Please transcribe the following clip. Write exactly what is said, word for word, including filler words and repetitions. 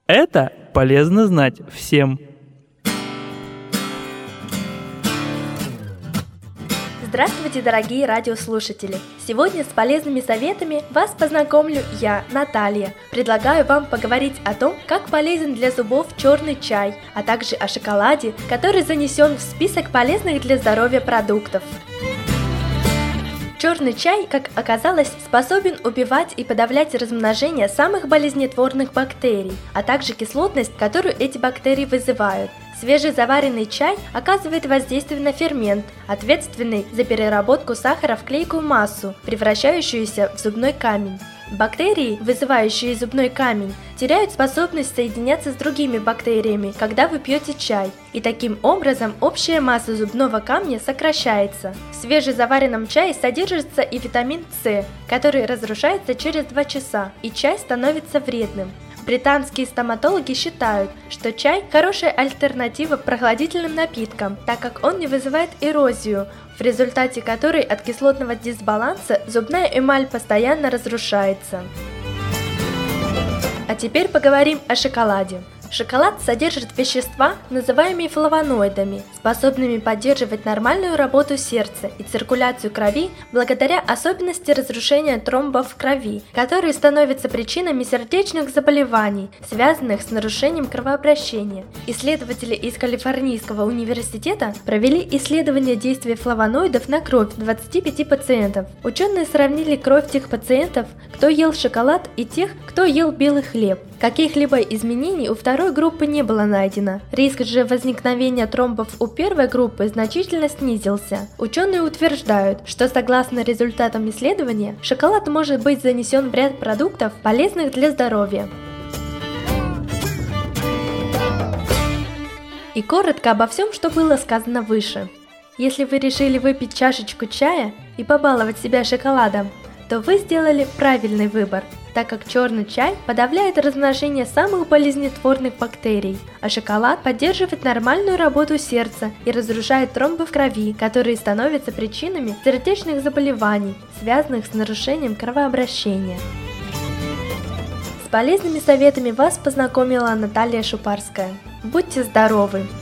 Это полезно знать всем. Здравствуйте, дорогие радиослушатели! Сегодня с полезными советами вас познакомлю я, Наталья. Предлагаю вам поговорить о том, как полезен для зубов черный чай, а также о шоколаде, который занесен в список полезных для здоровья продуктов. Черный чай, как оказалось, способен убивать и подавлять размножение самых болезнетворных бактерий, а также кислотность, которую эти бактерии вызывают. Свежезаваренный чай оказывает воздействие на фермент, ответственный за переработку сахара в клейкую массу, превращающуюся в зубной камень. Бактерии, вызывающие зубной камень, теряют способность соединяться с другими бактериями, когда вы пьете чай, и таким образом общая масса зубного камня сокращается. В свежезаваренном чае содержится и витамин С, который разрушается через два часа, и чай становится вредным. Британские стоматологи считают, что чай – хорошая альтернатива прохладительным напиткам, так как он не вызывает эрозию, в результате которой от кислотного дисбаланса зубная эмаль постоянно разрушается. А теперь поговорим о шоколаде. Шоколад содержит вещества, называемые флавоноидами, способными поддерживать нормальную работу сердца и циркуляцию крови благодаря особенности разрушения тромбов в крови, которые становятся причинами сердечных заболеваний, связанных с нарушением кровообращения. Исследователи из Калифорнийского университета провели исследование действия флавоноидов на кровь двадцати пяти пациентов. Ученые сравнили кровь тех пациентов, кто ел шоколад, и тех, кто ел белый хлеб. Каких-либо изменений у второй группы не было найдено. Риск же возникновения тромбов у первой группы значительно снизился. Ученые утверждают, что согласно результатам исследования, шоколад может быть занесен в ряд продуктов, полезных для здоровья. И коротко обо всем, что было сказано выше. Если вы решили выпить чашечку чая и побаловать себя шоколадом, то вы сделали правильный выбор, так как черный чай подавляет размножение самых болезнетворных бактерий, а шоколад поддерживает нормальную работу сердца и разрушает тромбы в крови, которые становятся причинами сердечных заболеваний, связанных с нарушением кровообращения. С полезными советами вас познакомила Наталья Шупарская. Будьте здоровы!